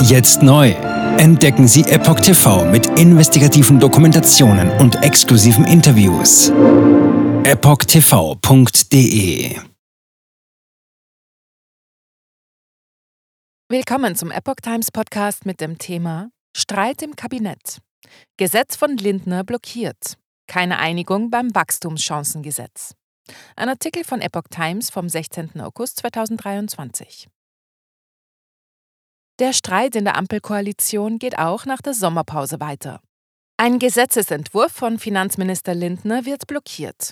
Jetzt neu. Entdecken Sie Epoch TV mit investigativen Dokumentationen und exklusiven Interviews. EpochTV.de. Willkommen zum Epoch Times Podcast mit dem Thema Streit im Kabinett. Gesetz von Lindner blockiert. Keine Einigung beim Wachstumschancengesetz. Ein Artikel von Epoch Times vom 16. August 2023. Der Streit in der Ampelkoalition geht auch nach der Sommerpause weiter. Ein Gesetzesentwurf von Finanzminister Lindner wird blockiert.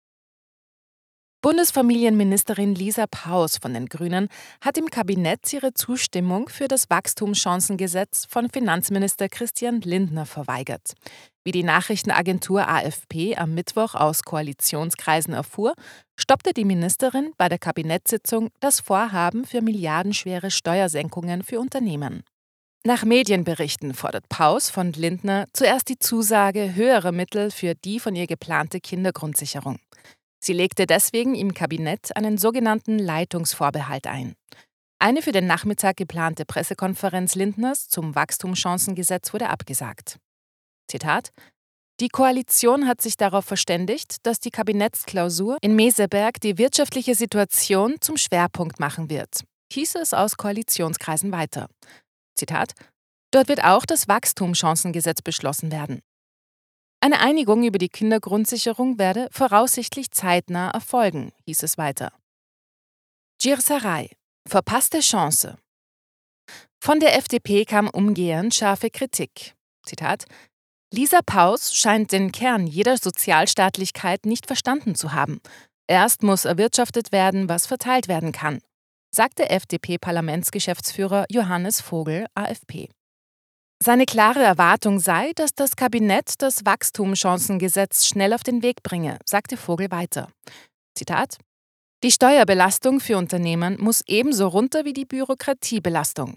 Bundesfamilienministerin Lisa Paus von den Grünen hat im Kabinett ihre Zustimmung für das Wachstumschancengesetz von Finanzminister Christian Lindner verweigert. Wie die Nachrichtenagentur AFP am Mittwoch aus Koalitionskreisen erfuhr, stoppte die Ministerin bei der Kabinettssitzung das Vorhaben für milliardenschwere Steuersenkungen für Unternehmen. Nach Medienberichten fordert Paus von Lindner zuerst die Zusage höherer Mittel für die von ihr geplante Kindergrundsicherung. Sie legte deswegen im Kabinett einen sogenannten Leitungsvorbehalt ein. Eine für den Nachmittag geplante Pressekonferenz Lindners zum Wachstumschancengesetz wurde abgesagt. Zitat: Die Koalition hat sich darauf verständigt, dass die Kabinettsklausur in Meseberg die wirtschaftliche Situation zum Schwerpunkt machen wird, hieß es aus Koalitionskreisen weiter. Zitat: Dort wird auch das Wachstumschancengesetz beschlossen werden. Eine Einigung über die Kindergrundsicherung werde voraussichtlich zeitnah erfolgen, hieß es weiter. Gierserei. Verpasste Chance. Von der FDP kam umgehend scharfe Kritik. Zitat: Lisa Paus scheint den Kern jeder Sozialstaatlichkeit nicht verstanden zu haben. Erst muss erwirtschaftet werden, was verteilt werden kann, sagte FDP-Parlamentsgeschäftsführer Johannes Vogel, AfP. Seine klare Erwartung sei, dass das Kabinett das Wachstumschancengesetz schnell auf den Weg bringe, sagte Vogel weiter. Zitat: Die Steuerbelastung für Unternehmen muss ebenso runter wie die Bürokratiebelastung.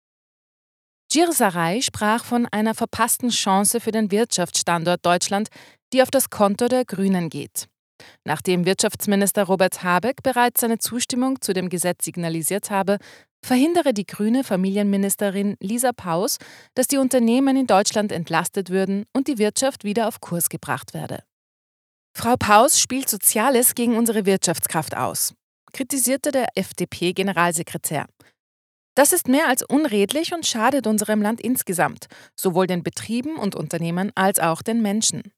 Gierserei sprach von einer verpassten Chance für den Wirtschaftsstandort Deutschland, die auf das Konto der Grünen geht. Nachdem Wirtschaftsminister Robert Habeck bereits seine Zustimmung zu dem Gesetz signalisiert habe, verhindere die grüne Familienministerin Lisa Paus, dass die Unternehmen in Deutschland entlastet würden und die Wirtschaft wieder auf Kurs gebracht werde. Frau Paus spielt Soziales gegen unsere Wirtschaftskraft aus, kritisierte der FDP-Generalsekretär. Das ist mehr als unredlich und schadet unserem Land insgesamt, sowohl den Betrieben und Unternehmen als auch den Menschen.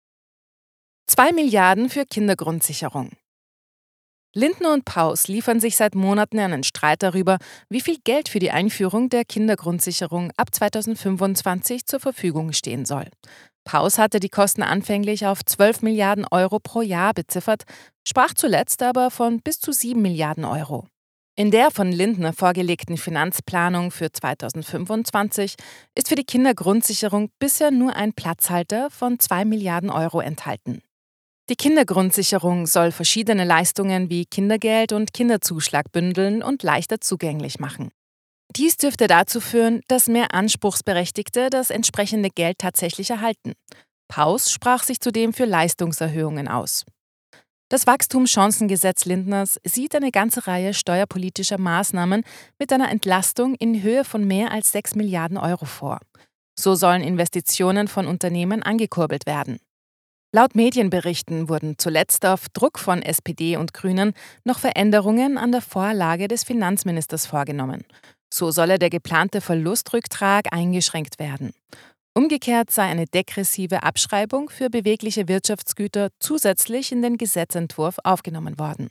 2 Milliarden für Kindergrundsicherung. Lindner und Paus liefern sich seit Monaten einen Streit darüber, wie viel Geld für die Einführung der Kindergrundsicherung ab 2025 zur Verfügung stehen soll. Paus hatte die Kosten anfänglich auf 12 Milliarden Euro pro Jahr beziffert, sprach zuletzt aber von bis zu 7 Milliarden Euro. In der von Lindner vorgelegten Finanzplanung für 2025 ist für die Kindergrundsicherung bisher nur ein Platzhalter von 2 Milliarden Euro enthalten. Die Kindergrundsicherung soll verschiedene Leistungen wie Kindergeld und Kinderzuschlag bündeln und leichter zugänglich machen. Dies dürfte dazu führen, dass mehr Anspruchsberechtigte das entsprechende Geld tatsächlich erhalten. Paus sprach sich zudem für Leistungserhöhungen aus. Das Wachstumschancengesetz Lindners sieht eine ganze Reihe steuerpolitischer Maßnahmen mit einer Entlastung in Höhe von mehr als 6 Milliarden Euro vor. So sollen Investitionen von Unternehmen angekurbelt werden. Laut Medienberichten wurden zuletzt auf Druck von SPD und Grünen noch Veränderungen an der Vorlage des Finanzministers vorgenommen. So solle der geplante Verlustrücktrag eingeschränkt werden. Umgekehrt sei eine degressive Abschreibung für bewegliche Wirtschaftsgüter zusätzlich in den Gesetzentwurf aufgenommen worden.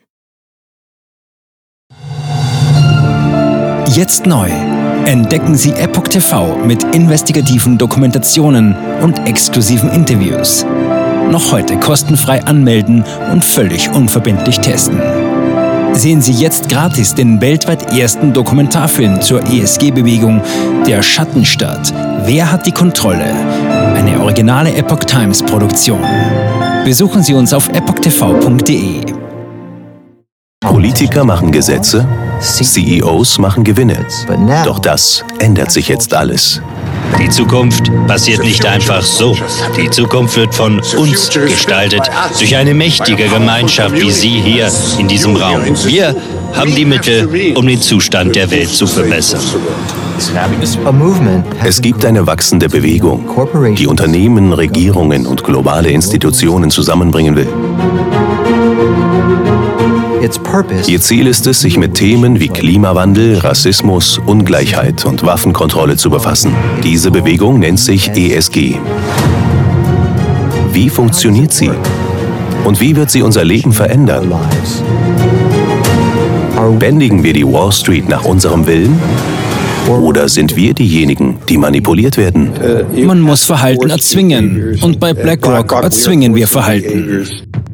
Jetzt neu. Entdecken Sie Epoch TV mit investigativen Dokumentationen und exklusiven Interviews. Noch heute kostenfrei anmelden und völlig unverbindlich testen. Sehen Sie jetzt gratis den weltweit ersten Dokumentarfilm zur ESG-Bewegung Der Schattenstaat. Wer hat die Kontrolle? Eine originale Epoch Times Produktion. Besuchen Sie uns auf epochtv.de. Politiker machen Gesetze, CEOs machen Gewinne. Doch das ändert sich jetzt alles. Die Zukunft passiert nicht einfach so. Die Zukunft wird von uns gestaltet, durch eine mächtige Gemeinschaft wie Sie hier in diesem Raum. Wir haben die Mittel, um den Zustand der Welt zu verbessern. Es gibt eine wachsende Bewegung, die Unternehmen, Regierungen und globale Institutionen zusammenbringen will. Ihr Ziel ist es, sich mit Themen wie Klimawandel, Rassismus, Ungleichheit und Waffenkontrolle zu befassen. Diese Bewegung nennt sich ESG. Wie funktioniert sie? Und wie wird sie unser Leben verändern? Bändigen wir die Wall Street nach unserem Willen? Oder sind wir diejenigen, die manipuliert werden? Man muss Verhalten erzwingen. Und bei BlackRock erzwingen wir Verhalten.